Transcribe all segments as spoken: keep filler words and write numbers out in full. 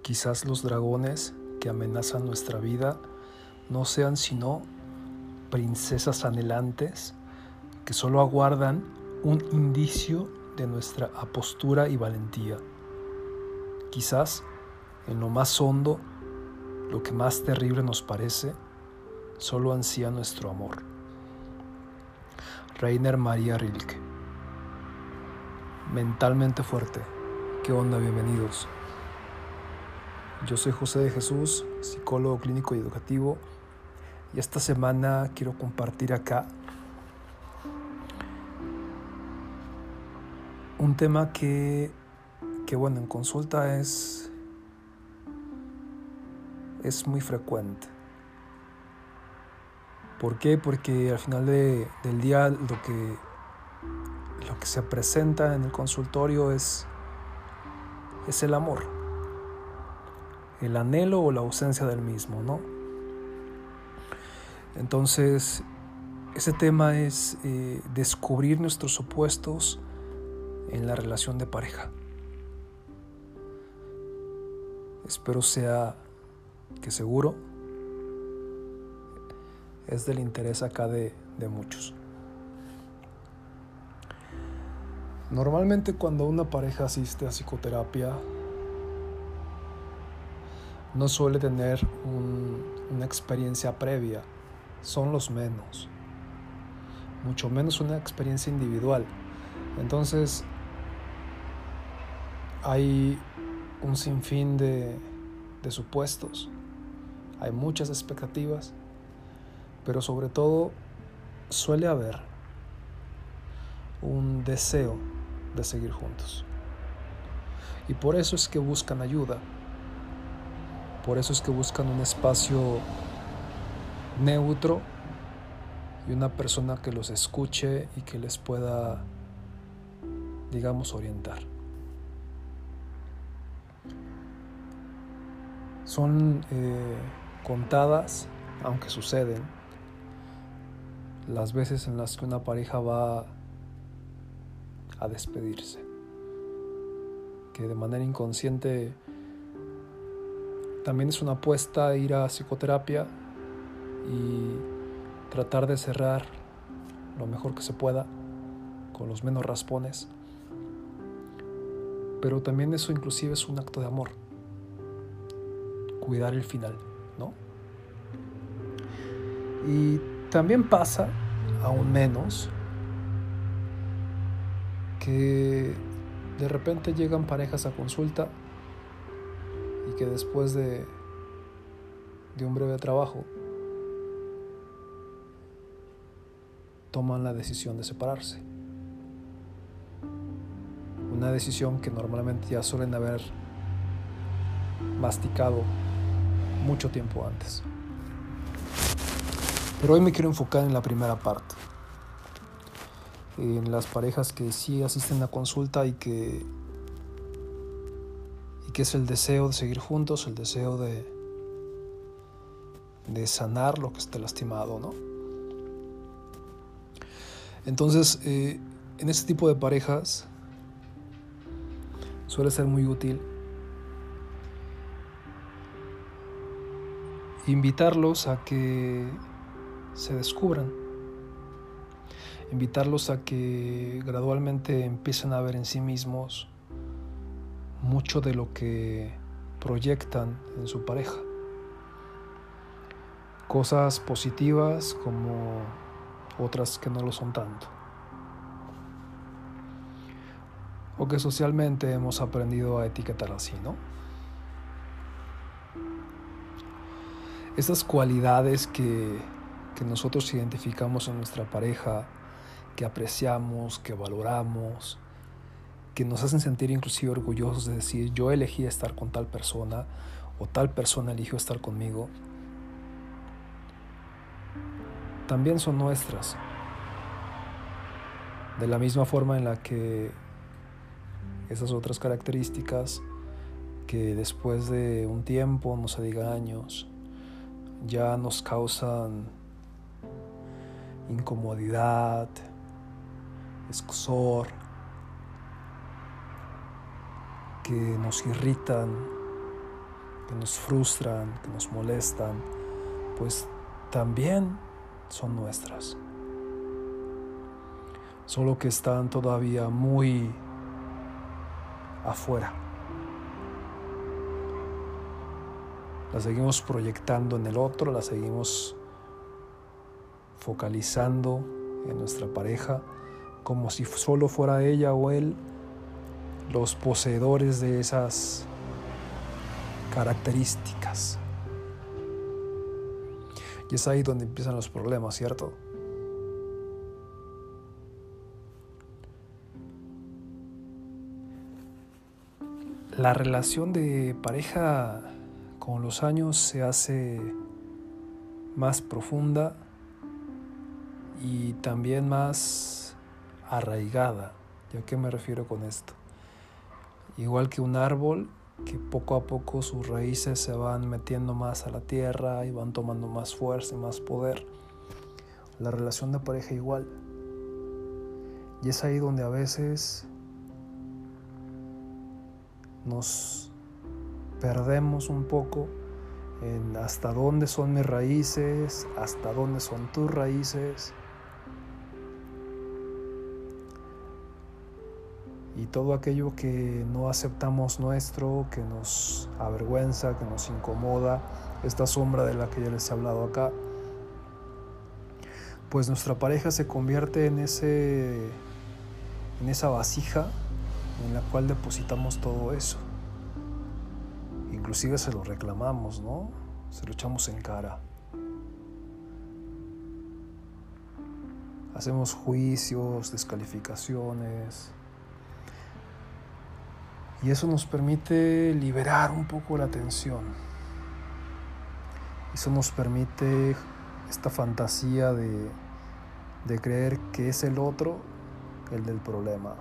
Quizás los dragones que amenazan nuestra vida no sean sino princesas anhelantes que solo aguardan un indicio de nuestra apostura y valentía. Quizás en lo más hondo, lo que más terrible nos parece, solo ansía nuestro amor. Rainer Maria Rilke. Mentalmente fuerte. ¿Qué onda? Bienvenidos. Yo soy José de Jesús, psicólogo clínico y educativo, y esta semana quiero compartir acá un tema que, que bueno, en consulta es, es muy frecuente. ¿Por qué? Porque al final de, del día lo que, lo que se presenta en el consultorio es, es el amor, el anhelo o la ausencia del mismo, ¿no? Entonces, ese tema es eh, descubrir nuestros opuestos en la relación de pareja. Espero sea que seguro es del interés acá de, de muchos. Normalmente cuando una pareja asiste a psicoterapia no suele tener un, una experiencia previa, son los menos, mucho menos una experiencia individual. Entonces hay un sinfín de, de supuestos, hay muchas expectativas, pero sobre todo suele haber un deseo de seguir juntos. Y por eso es que buscan ayuda, por eso es que buscan un espacio neutro y una persona que los escuche y que les pueda, digamos, orientar. Son eh, contadas, aunque suceden, las veces en las que una pareja va a despedirse, que de manera inconsciente también es una apuesta a ir a psicoterapia y tratar de cerrar lo mejor que se pueda, con los menos raspones, pero también eso inclusive es un acto de amor, cuidar el final, ¿no? Y también pasa, aún menos, que de repente llegan parejas a consulta y que después de, de un breve trabajo toman la decisión de separarse. Una decisión que normalmente ya suelen haber masticado mucho tiempo antes. Pero hoy me quiero enfocar en la primera parte, en las parejas que sí asisten a consulta y que, y que es el deseo de seguir juntos, el deseo de, de sanar lo que esté lastimado, ¿no? Entonces, eh, en este tipo de parejas suele ser muy útil invitarlos a que se descubran, invitarlos a que gradualmente empiecen a ver en sí mismos mucho de lo que proyectan en su pareja. Cosas positivas como otras que no lo son tanto. O que socialmente hemos aprendido a etiquetar así, ¿no? Esas cualidades que, que nosotros identificamos en nuestra pareja, que apreciamos, que valoramos, que nos hacen sentir inclusive orgullosos de decir yo elegí estar con tal persona o tal persona eligió estar conmigo, también son nuestras. De la misma forma en la que esas otras características que después de un tiempo, no se diga años, ya nos causan incomodidad, escozor, que nos irritan, que nos frustran, que nos molestan, pues también son nuestras. Solo que están todavía muy afuera. Las seguimos proyectando en el otro, las seguimos focalizando en nuestra pareja, como si solo fuera ella o él los poseedores de esas características. Y es ahí donde empiezan los problemas, ¿cierto? La relación de pareja con los años se hace más profunda y también más arraigada. ¿Y a qué me refiero con esto? Igual que un árbol que poco a poco sus raíces se van metiendo más a la tierra y van tomando más fuerza y más poder. La relación de pareja igual. Y es ahí donde a veces nos perdemos un poco en hasta dónde son mis raíces, hasta dónde son tus raíces. Y todo aquello que no aceptamos nuestro, que nos avergüenza, que nos incomoda, esta sombra de la que ya les he hablado acá, pues nuestra pareja se convierte en ese, en esa vasija en la cual depositamos todo eso. Inclusive se lo reclamamos, ¿no? Se lo echamos en cara. Hacemos juicios, descalificaciones. Y eso nos permite liberar un poco la tensión. Eso nos permite esta fantasía de, de creer que es el otro el del problema.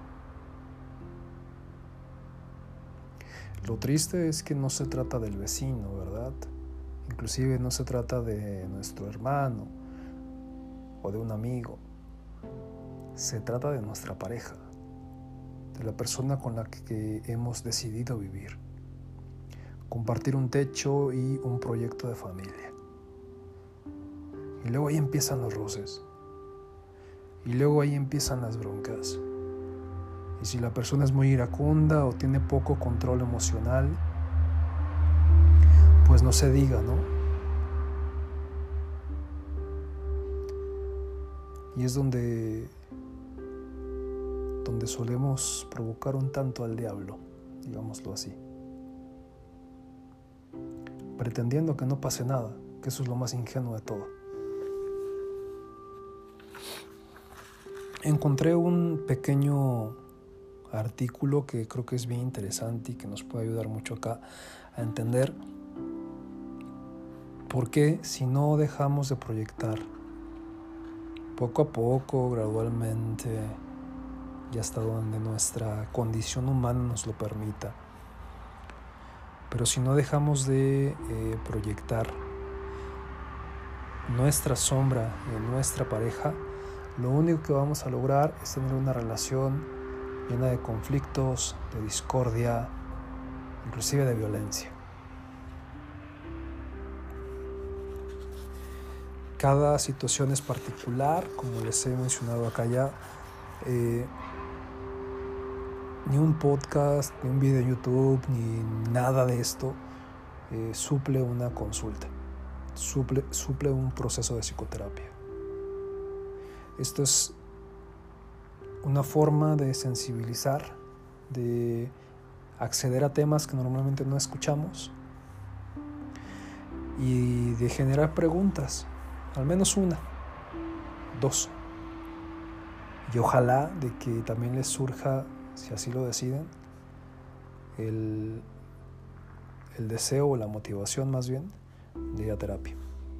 Lo triste es que no se trata del vecino, ¿verdad? Inclusive no se trata de nuestro hermano o de un amigo. Se trata de nuestra pareja, de la persona con la que hemos decidido vivir, compartir un techo y un proyecto de familia. Y luego ahí empiezan los roces. Y luego ahí empiezan las broncas. Y si la persona es muy iracunda o tiene poco control emocional, pues no se diga, ¿no? Y es donde, donde solemos provocar un tanto al diablo, digámoslo así. Pretendiendo que no pase nada, que eso es lo más ingenuo de todo. Encontré un pequeño artículo que creo que es bien interesante y que nos puede ayudar mucho acá a entender por qué, si no dejamos de proyectar poco a poco, gradualmente y hasta donde nuestra condición humana nos lo permita, pero si no dejamos de eh, proyectar nuestra sombra en nuestra pareja, lo único que vamos a lograr es tener una relación llena de conflictos, de discordia, inclusive de violencia. Cada situación es particular, como les he mencionado acá ya. Eh, ni un podcast, ni un video en YouTube, ni nada de esto eh, suple una consulta, suple, suple un proceso de psicoterapia. Esto es una forma de sensibilizar, de acceder a temas que normalmente no escuchamos y de generar preguntas, al menos una, dos. Y ojalá de que también les surja, si así lo deciden, el, el deseo o la motivación más bien de ir a terapia.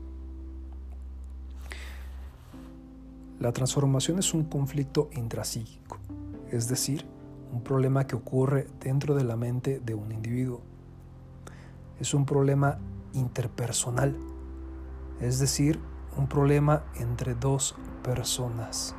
La transformación es un conflicto intrapsíquico, es decir, un problema que ocurre dentro de la mente de un individuo. Es un problema interpersonal, es decir, un problema entre dos personas.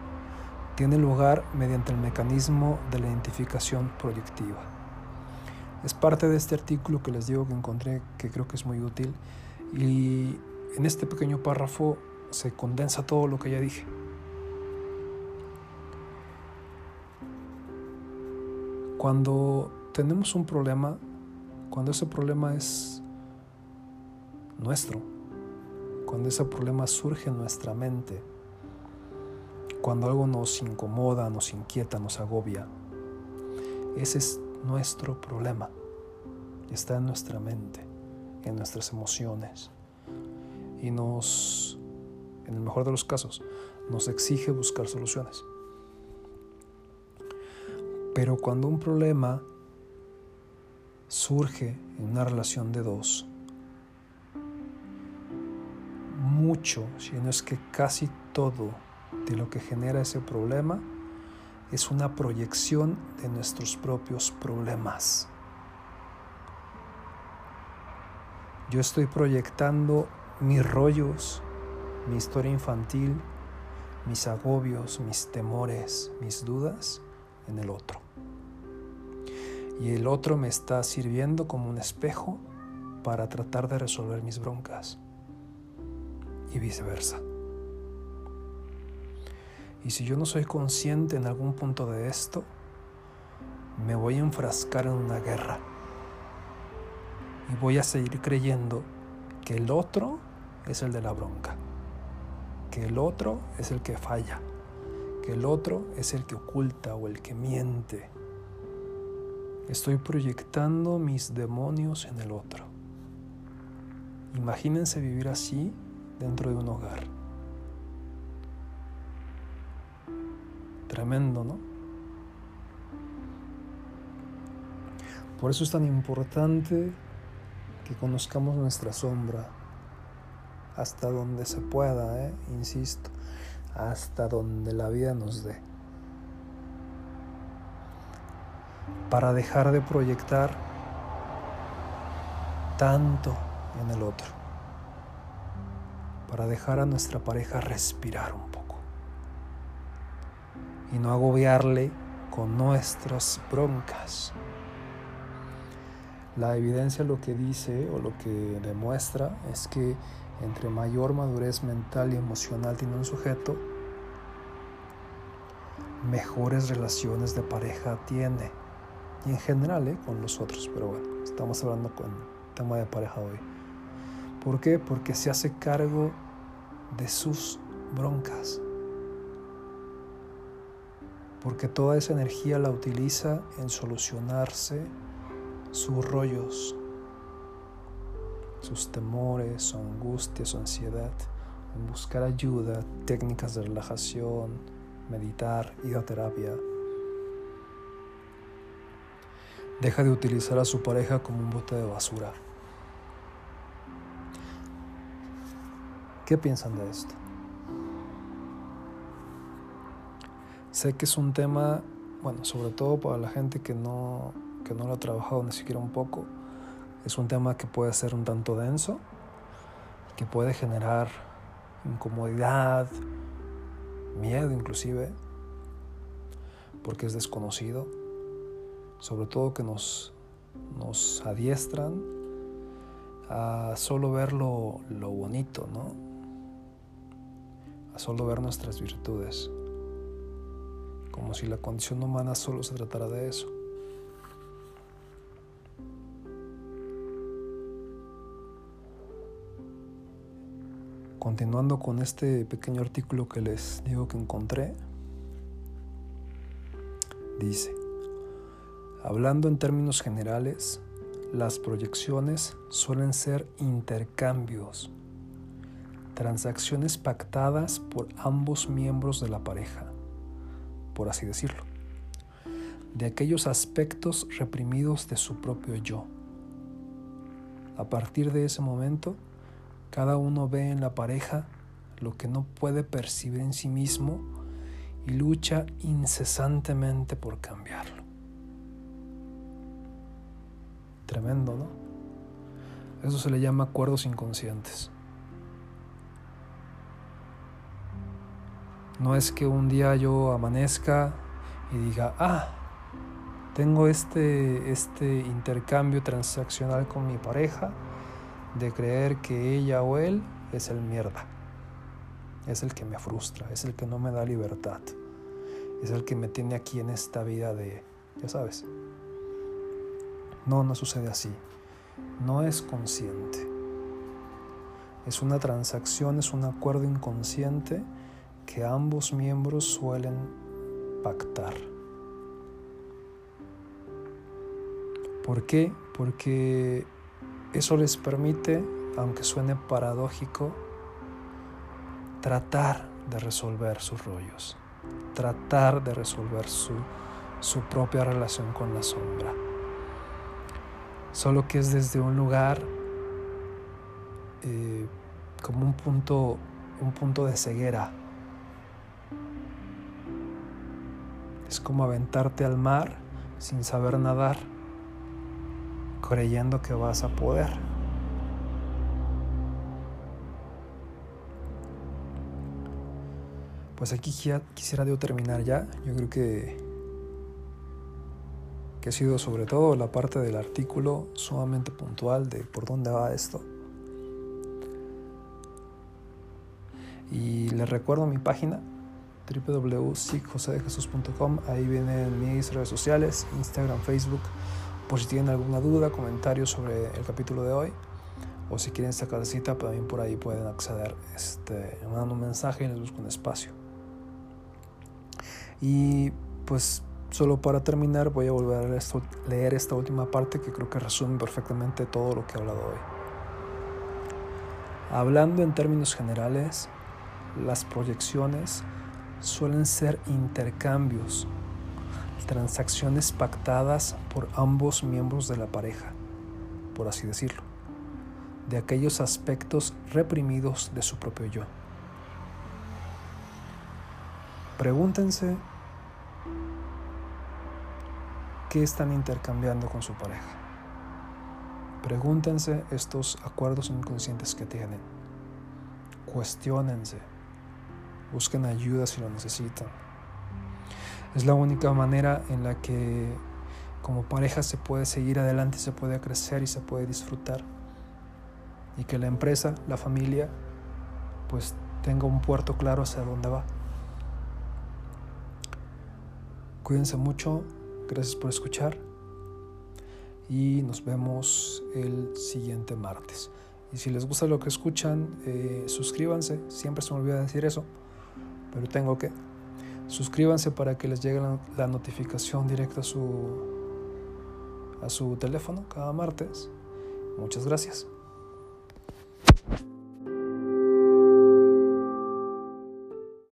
Tiene lugar mediante el mecanismo de la identificación proyectiva. Es parte de este artículo que les digo que encontré, que creo que es muy útil, y en este pequeño párrafo se condensa todo lo que ya dije. Cuando tenemos un problema, cuando ese problema es nuestro, cuando ese problema surge en nuestra mente, cuando algo nos incomoda, nos inquieta, nos agobia, ese es nuestro problema. Está en nuestra mente, en nuestras emociones, y nos, en el mejor de los casos, nos exige buscar soluciones. Pero cuando un problema surge en una relación de dos, mucho, si no es que casi todo de lo que genera ese problema es una proyección de nuestros propios problemas. Yo estoy proyectando mis rollos, mi historia infantil, mis agobios, mis temores, mis dudas en el otro. Y el otro me está sirviendo como un espejo para tratar de resolver mis broncas. Y viceversa. Y si yo no soy consciente en algún punto de esto, me voy a enfrascar en una guerra. Y voy a seguir creyendo que el otro es el de la bronca, que el otro es el que falla, que el otro es el que oculta o el que miente. Estoy proyectando mis demonios en el otro. Imagínense vivir así dentro de un hogar. Tremendo, ¿no? Por eso es tan importante que conozcamos nuestra sombra hasta donde se pueda, ¿eh? Insisto, hasta donde la vida nos dé, para dejar de proyectar tanto en el otro, para dejar a nuestra pareja respirar un poco y no agobiarle con nuestras broncas. La evidencia lo que dice o lo que demuestra es que entre mayor madurez mental y emocional tiene un sujeto, mejores relaciones de pareja tiene. Y en general, ¿eh? con los otros, pero bueno, estamos hablando con el tema de pareja hoy. ¿Por qué? Porque se hace cargo de sus broncas. Porque toda esa energía la utiliza en solucionarse sus rollos, sus temores, su angustia, su ansiedad, en buscar ayuda, técnicas de relajación, meditar, ir a terapia. Deja de utilizar a su pareja como un bote de basura. ¿Qué piensan de esto? Sé que es un tema, bueno, sobre todo para la gente que no, que no lo ha trabajado ni siquiera un poco, es un tema que puede ser un tanto denso, que puede generar incomodidad, miedo inclusive, porque es desconocido, sobre todo que nos, nos adiestran a solo ver lo, lo bonito, ¿no? A solo ver nuestras virtudes, como si la condición humana solo se tratara de eso. Continuando con este pequeño artículo que les digo que encontré, dice: hablando en términos generales, las proyecciones suelen ser intercambios, transacciones pactadas por ambos miembros de la pareja, por así decirlo, de aquellos aspectos reprimidos de su propio yo. A partir de ese momento, cada uno ve en la pareja lo que no puede percibir en sí mismo y lucha incesantemente por cambiarlo. Tremendo, ¿no? Eso se le llama acuerdos inconscientes. No es que un día yo amanezca y diga, ah, Tengo este, este intercambio transaccional con mi pareja de creer que ella o él es el mierda, es el que me frustra, es el que no me da libertad, es el que me tiene aquí en esta vida de, ya sabes. No, no sucede así. No es consciente. Es una transacción, es un acuerdo inconsciente que ambos miembros suelen pactar. ¿Por qué? Porque eso les permite, aunque suene paradójico, tratar de resolver sus rollos, tratar de resolver su, su propia relación con la sombra. Solo que es desde un lugar eh, como un punto, un punto de ceguera. Es como aventarte al mar sin saber nadar, creyendo que vas a poder. Pues aquí quisiera yo terminar ya. Yo creo que, que ha sido sobre todo la parte del artículo sumamente puntual de por dónde va esto. Y les recuerdo mi página doble u doble u doble u punto sig jose de jesús punto com. Ahí vienen mis redes sociales, Instagram, Facebook, por si tienen alguna duda, comentarios sobre el capítulo de hoy, o si quieren sacar cita, también por ahí pueden acceder, este, mandando un mensaje y les busco un espacio. Y pues solo para terminar voy a volver a esto, leer esta última parte que creo que resume perfectamente todo lo que he hablado hoy. Hablando en términos generales, las proyecciones suelen ser intercambios, transacciones pactadas por ambos miembros de la pareja, por así decirlo, de aquellos aspectos reprimidos de su propio yo. Pregúntense qué están intercambiando con su pareja. Pregúntense estos acuerdos inconscientes que tienen. Cuestiónense. Busquen ayuda si lo necesitan. Es la única manera en la que como pareja se puede seguir adelante, se puede crecer y se puede disfrutar. Y que la empresa, la familia, pues tenga un puerto claro hacia dónde va. Cuídense mucho, gracias por escuchar y nos vemos el siguiente martes. Y si les gusta lo que escuchan, eh, suscríbanse, siempre se me olvida decir eso, pero tengo que. Suscríbanse para que les llegue la, la notificación directa a su, a su teléfono cada martes. Muchas gracias.